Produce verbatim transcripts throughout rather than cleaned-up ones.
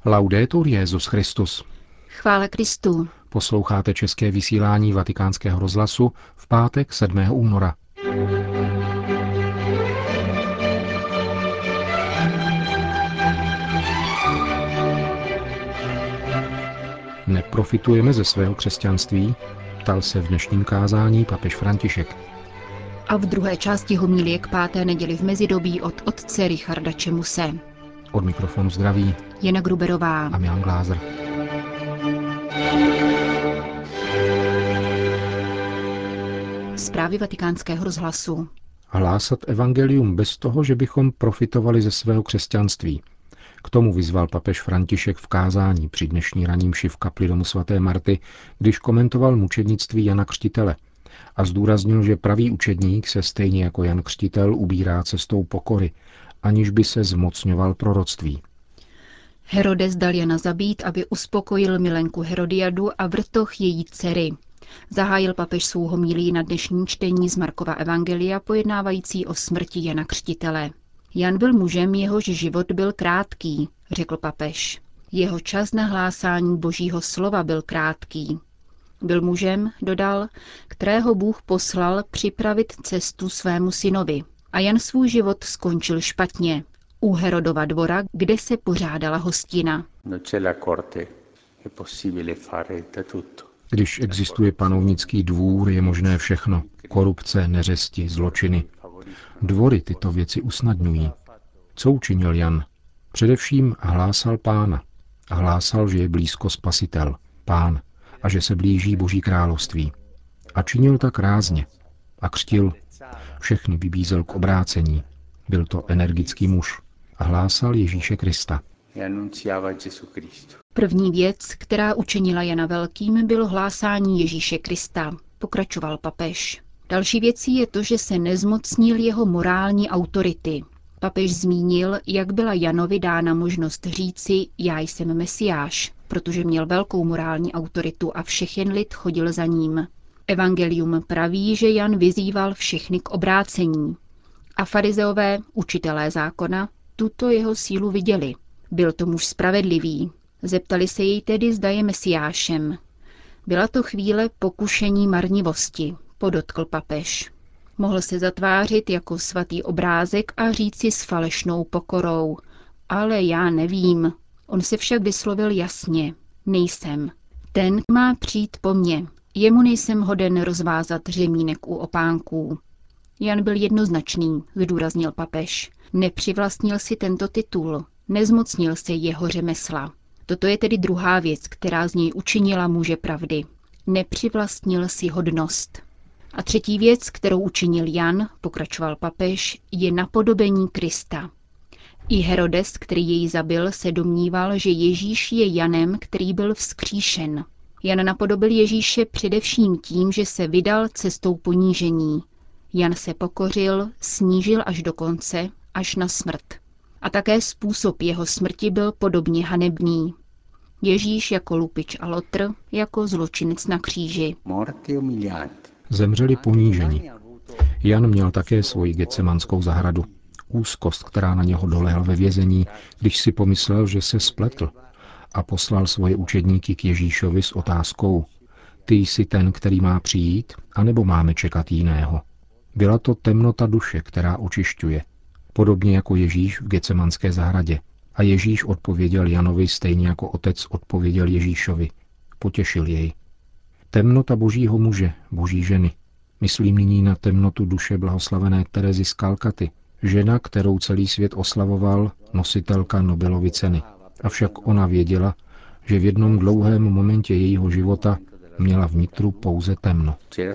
Laudetur Jesus Christus. Chvála Kristu. Posloucháte české vysílání Vatikánského rozhlasu v pátek sedmého února. Neprofitujeme ze svého křesťanství? Ptal se v dnešním kázání papež František. A v druhé části homilie k páté neděli v mezidobí od otce Richarda Čemuse. Od mikrofonu zdraví Jana Gruberová a Milan Glázer. Zprávy Vatikánského rozhlasu. Hlásat evangelium bez toho, že bychom profitovali ze svého křesťanství. K tomu vyzval papež František v kázání při dnešní ranní mši v kapli domu svaté Marty, když komentoval mučednictví Jana Křtitele a zdůraznil, že pravý učedník se stejně jako Jan Křtitel ubírá cestou pokory, aniž by se zmocňoval proroctví. Herodes dal Jana zabít, aby uspokojil milenku Herodiadu a vrtoch její dcery. Zahájil papež svou homilii na dnešní čtení z Markova evangelia pojednávající o smrti Jana Křtitele. Jan byl mužem, jehož život byl krátký, řekl papež. Jeho čas na hlásání božího slova byl krátký. Byl mužem, dodal, kterého Bůh poslal připravit cestu svému synovi. A Jan svůj život skončil špatně, u Herodova dvora, kde se pořádala hostina. Když existuje panovnický dvůr, je možné všechno. Korupce, neřesti, zločiny. Dvory tyto věci usnadňují. Co učinil Jan? Především hlásal Pána. A hlásal, že je blízko Spasitel, Pán, a že se blíží Boží království. A činil tak rázně. A křtil. Všechny vybízel k obrácení. Byl to energický muž. A hlásal Ježíše Krista. První věc, která učinila Jana velkým, bylo hlásání Ježíše Krista, pokračoval papež. Další věcí je to, že se nezmocnil jeho morální autority. Papež zmínil, jak byla Janovi dána možnost říci, já jsem Mesiáš, protože měl velkou morální autoritu a všechen lid chodil za ním. Evangelium praví, že Jan vyzýval všechny k obrácení. A farizeové, učitelé zákona, tuto jeho sílu viděli. Byl to muž spravedlivý. Zeptali se jej tedy, zda je Mesiášem. Byla to chvíle pokušení marnivosti, podotkl papež. Mohl se zatvářit jako svatý obrázek a říci s falešnou pokorou. Ale já nevím. On se však vyslovil jasně. Nejsem. Ten má přijít po mně. Jemu nejsem hoden rozvázat řemínek u opánků. Jan byl jednoznačný, zdůraznil papež. Nepřivlastnil si tento titul. Nezmocnil se jeho řemesla. Toto je tedy druhá věc, která z něj učinila muže pravdy. Nepřivlastnil si hodnost. A třetí věc, kterou učinil Jan, pokračoval papež, je napodobení Krista. I Herodes, který jej zabil, se domníval, že Ježíš je Janem, který byl vzkříšen. Jan napodobil Ježíše především tím, že se vydal cestou ponížení. Jan se pokořil, snížil až do konce, až na smrt. A také způsob jeho smrti byl podobně hanebný. Ježíš jako lupič a lotr, jako zločinec na kříži. Zemřeli poníženi. Jan měl také svoji Getsemanskou zahradu. Úzkost, která na něho dolehla ve vězení, když si pomyslel, že se spletl, a poslal svoje učedníky k Ježíšovi s otázkou: Ty jsi ten, který má přijít, anebo máme čekat jiného? Byla to temnota duše, která očišťuje. Podobně jako Ježíš v Getsemanské zahradě. A Ježíš odpověděl Janovi stejně jako otec odpověděl Ježíšovi. Potěšil jej. Temnota božího muže, boží ženy. Myslím nyní na temnotu duše blahoslavené Terezy z Kalkaty, žena, kterou celý svět oslavoval, nositelka Nobelovy ceny. Avšak ona věděla, že v jednom dlouhém momentě jejího života měla vnitru pouze temno.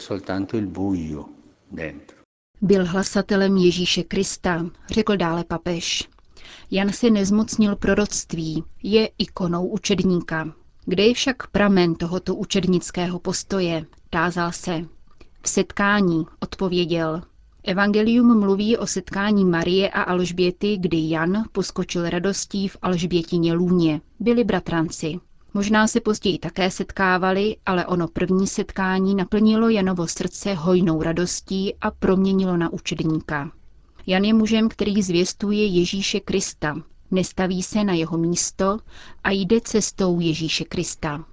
Byl hlasatelem Ježíše Krista, řekl dále papež. Jan se nezmocnil proroctví, je ikonou učedníka. Kde je však pramen tohoto učednického postoje? Tázal se. V setkání, odpověděl. Evangelium mluví o setkání Marie a Alžběty, kdy Jan poskočil radostí v Alžbětině lůně. Byli bratranci. Možná se později také setkávali, ale ono první setkání naplnilo Janovo srdce hojnou radostí a proměnilo na učedníka. Jan je mužem, který zvěstuje Ježíše Krista, Nestaví se na jeho místo a jde cestou Ježíše Krista.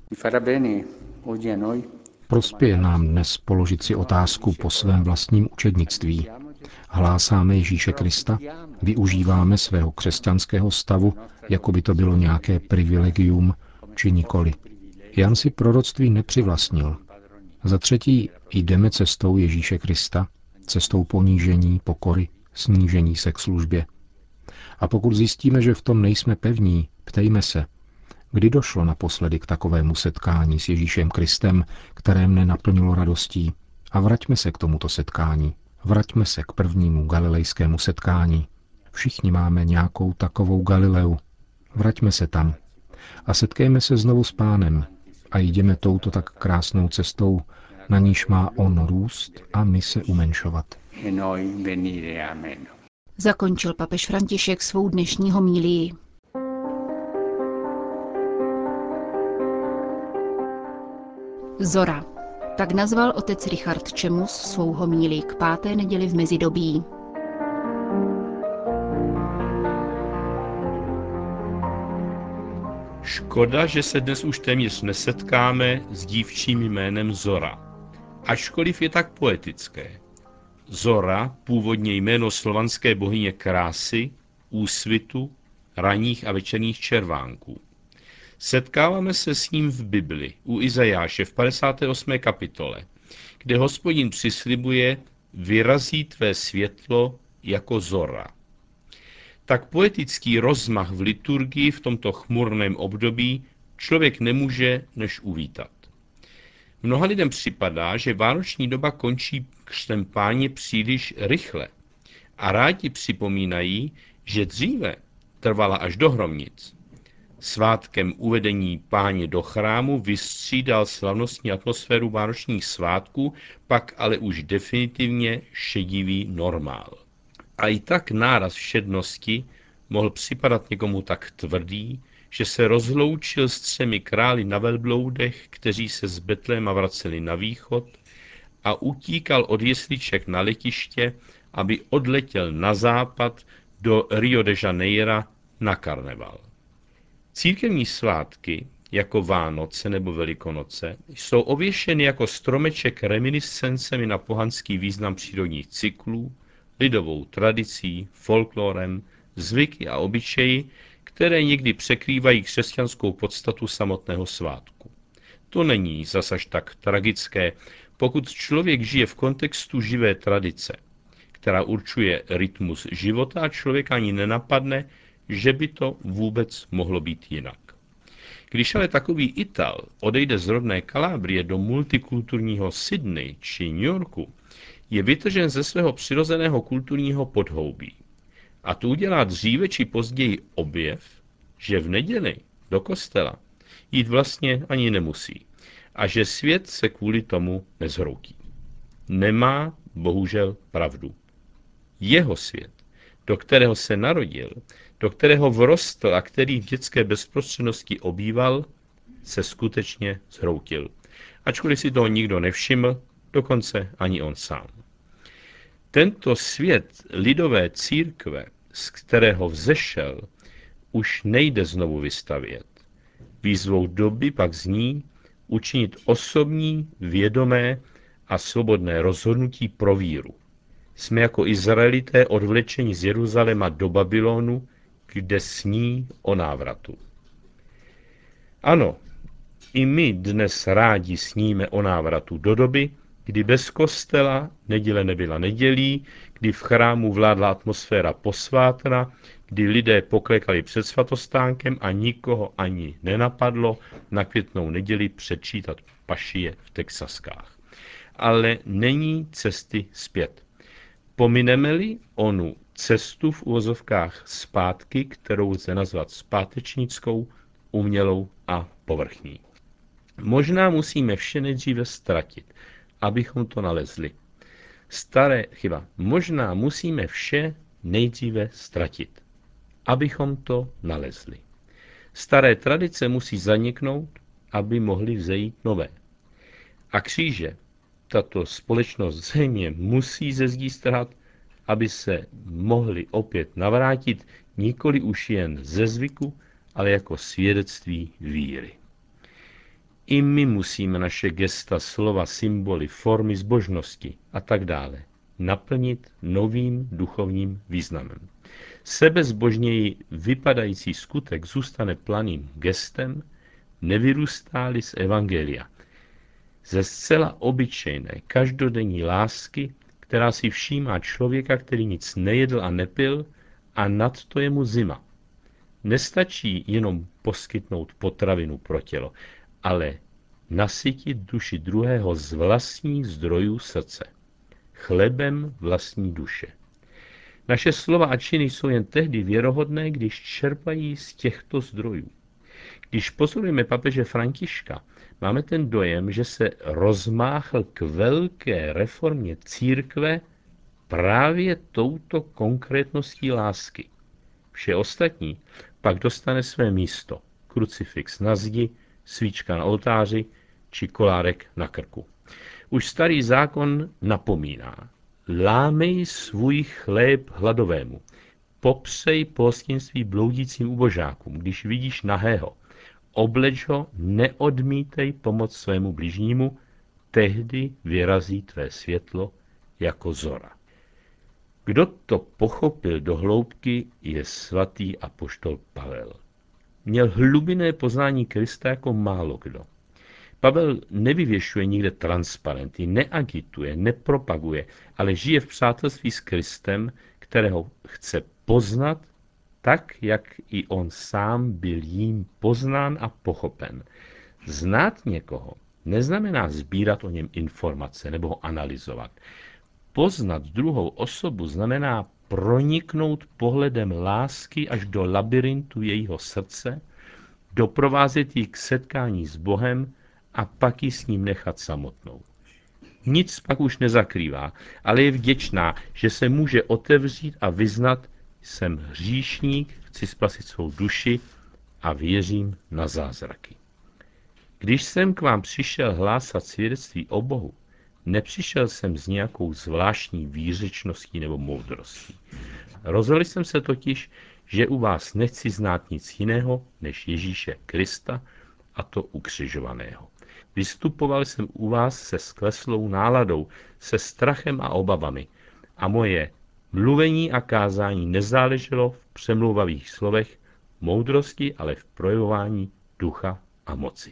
Prospěje nám dnes položit si otázku po svém vlastním učednictví. Hlásáme Ježíše Krista? Využíváme svého křesťanského stavu, jako by to bylo nějaké privilegium, či nikoli? Jan si proroctví nepřivlastnil. Za třetí, jdeme cestou Ježíše Krista, cestou ponížení, pokory, snížení se k službě. A pokud zjistíme, že v tom nejsme pevní, ptejme se, kdy došlo naposledy k takovému setkání s Ježíšem Kristem, které mne naplnilo radostí, a vraťme se k tomuto setkání. Vraťme se k prvnímu galilejskému setkání. Všichni máme nějakou takovou Galileu. Vraťme se tam a setkejme se znovu s Pánem a jdeme touto tak krásnou cestou, na níž má on růst a my se umenšovat. Zakončil papež František svou dnešní homílii. Zora. Tak nazval otec Richard Čemus svou homílii k páté neděli v mezidobí. Škoda, že se dnes už téměř nesetkáme s dívčím jménem Zora. Ačkoliv je tak poetické. Zora, původně jméno slovanské bohyně krásy, úsvitu, ranních a večerních červánků. Setkáváme se s ním v Bibli, u Izajáše v padesáté osmé kapitole, kde Hospodin přislibuje: vyrazí tvé světlo jako zora. Tak poetický rozmach v liturgii v tomto chmurném období člověk nemůže než uvítat. Mnoha lidem připadá, že vánoční doba končí křtem Páně příliš rychle a rádi připomínají, že dříve trvala až do hromnic. Svátkem uvedení Páně do chrámu vystřídal slavnostní atmosféru vánočních svátků, pak ale už definitivně šedivý normál. A i tak náraz všednosti mohl připadat někomu tak tvrdý, že se rozloučil s třemi králi na velbloudech, kteří se z Betléma vraceli na východ, a utíkal od jesliček na letiště, aby odletěl na západ do Rio de Janeira na karneval. Církevní svátky, jako Vánoce nebo Velikonoce, jsou ověšeny jako stromeček reminiscencemi na pohanský význam přírodních cyklů, lidovou tradicí, folklorem, zvyky a obyčeji, které někdy překrývají křesťanskou podstatu samotného svátku. To není zas až tak tragické, pokud člověk žije v kontextu živé tradice, která určuje rytmus života, a člověk ani nenapadne, že by to vůbec mohlo být jinak. Když ale takový Ital odejde z rodné Kalábrie do multikulturního Sydney či New Yorku, je vytržen ze svého přirozeného kulturního podhoubí. A to udělá dříve či později objev, že v neděli do kostela jít vlastně ani nemusí a že svět se kvůli tomu nezhroutí. Nemá bohužel pravdu. Jeho svět, do kterého se narodil, do kterého vrostl a který v dětské bezprostřednosti obýval, se skutečně zhroutil. Ačkoliv si toho nikdo nevšiml, dokonce ani on sám. Tento svět lidové církve, z kterého vzešel, už nejde znovu vystavět. Výzvou doby pak zní učinit osobní, vědomé a svobodné rozhodnutí pro víru. Jsme jako Izraelité odvlečeni z Jeruzaléma do Babylonu, kde sní o návratu. Ano, i my dnes rádi sníme o návratu do doby, kdy bez kostela neděle nebyla nedělí, kdy v chrámu vládla atmosféra posvátna, kdy lidé poklekali před svatostánkem a nikoho ani nenapadlo na Květnou neděli přečítat pašie v Texaskách. Ale není cesty zpět. Pomineme-li onu cestu v uvozovkách zpátky, kterou lze nazvat zpátečnickou, umělou a povrchní. Možná musíme vše nejdříve ztratit, abychom to nalezli. Staré chyba. Možná musíme vše nejdříve ztratit, abychom to nalezli. Staré tradice musí zaniknout, aby mohly vzejít nové. A kříže tato společnost zřejmě musí ze zdí strhat, aby se mohli opět navrátit nikoli už jen ze zvyku, ale jako svědectví víry. I my musíme naše gesta, slova, symboly, formy zbožnosti a tak dále naplnit novým duchovním významem. Sebezbožněji vypadající skutek zůstane planým gestem, nevyrůstá-li z evangelia. Ze zcela obyčejné, každodenní lásky, která si všímá člověka, který nic nejedl a nepil, a nadto je mu zima. Nestačí jenom poskytnout potravinu pro tělo, ale nasytit duši druhého z vlastních zdrojů srdce. Chlebem vlastní duše. Naše slova a činy jsou jen tehdy věrohodné, když čerpají z těchto zdrojů. Když pozorujeme papeže Františka, máme ten dojem, že se rozmáchl k velké reformě církve právě touto konkrétností lásky. Vše ostatní pak dostane své místo. Krucifix na zdi, svíčka na oltáři či kolárek na krku. Už starý zákon napomíná. Lámej svůj chléb hladovému. Popřej pohostinství bloudícím ubožákům, když vidíš nahého. Obleč ho, neodmítej pomoc svému bližnímu, tehdy vyrazí tvé světlo jako zora. Kdo to pochopil do hloubky, je svatý apoštol Pavel. Měl hlubinné poznání Krista jako málo kdo. Pavel nevyvěšuje nikde transparenty, neagituje, nepropaguje, ale žije v přátelství s Kristem, kterého chce poznat tak, jak i on sám byl jím poznán a pochopen. Znát někoho neznamená sbírat o něm informace nebo ho analyzovat. Poznat druhou osobu znamená proniknout pohledem lásky až do labyrintu jejího srdce, doprovázet ji k setkání s Bohem a pak ji s ním nechat samotnou. Nic pak už nezakrývá, ale je vděčná, že se může otevřít a vyznat: jsem hříšník, chci spasit svou duši a věřím na zázraky. Když jsem k vám přišel hlásat svědectví o Bohu, nepřišel jsem s nějakou zvláštní výřečností nebo moudrostí. Rozhodl jsem se totiž, že u vás nechci znát nic jiného než Ježíše Krista, a to ukřižovaného. Vystupoval jsem u vás se skleslou náladou, se strachem a obavami a moje mluvení a kázání nezáleželo v přemlouvavých slovech moudrosti, ale v projevování ducha a moci.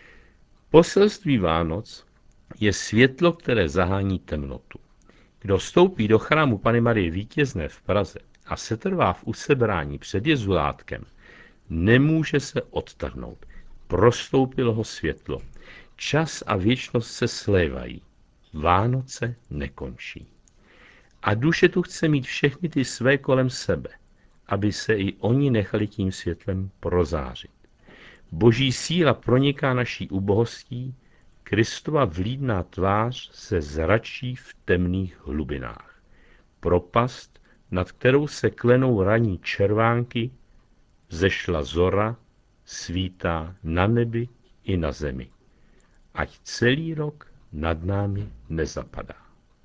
Poselství Vánoc je světlo, které zahání temnotu. Kdo vstoupí do chrámu Panny Marie Vítězné v Praze a setrvá v usebrání před jezulátkem, nemůže se odtrhnout. Prostoupilo ho světlo. Čas a věčnost se slévají. Vánoce nekončí. A duše tu chce mít všechny ty své kolem sebe, aby se i oni nechali tím světlem prozářit. Boží síla proniká naší ubohostí, Kristova vlídná tvář se zračí v temných hlubinách. Propast, nad kterou se klenou ranní červánky, zešla zora, svítá na nebi i na zemi. Ať celý rok nad námi nezapadá.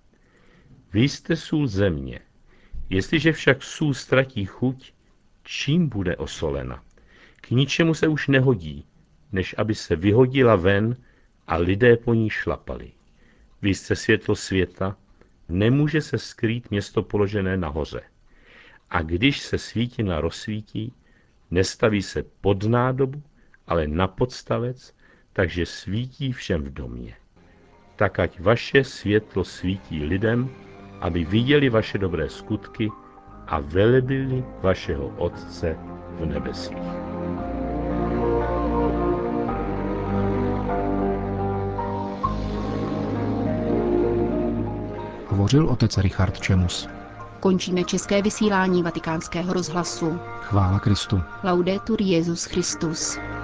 Vy jste sůl země. Jestliže však sůl ztratí chuť, čím bude osolena? K ničemu se už nehodí, než aby se vyhodila ven a lidé po ní šlapali. Vy jste světlo světa, nemůže se skrýt město položené nahoře. A když se svítina rozsvítí, nestaví se pod nádobu, ale na podstavec, takže svítí všem v domě. Tak ať vaše světlo svítí lidem, aby viděli vaše dobré skutky a velebili vašeho Otce v nebesích. Hovořil otec Richard Čemus. Končíme české vysílání Vatikánského rozhlasu. Chvála Kristu. Laudetur Jesus Christus.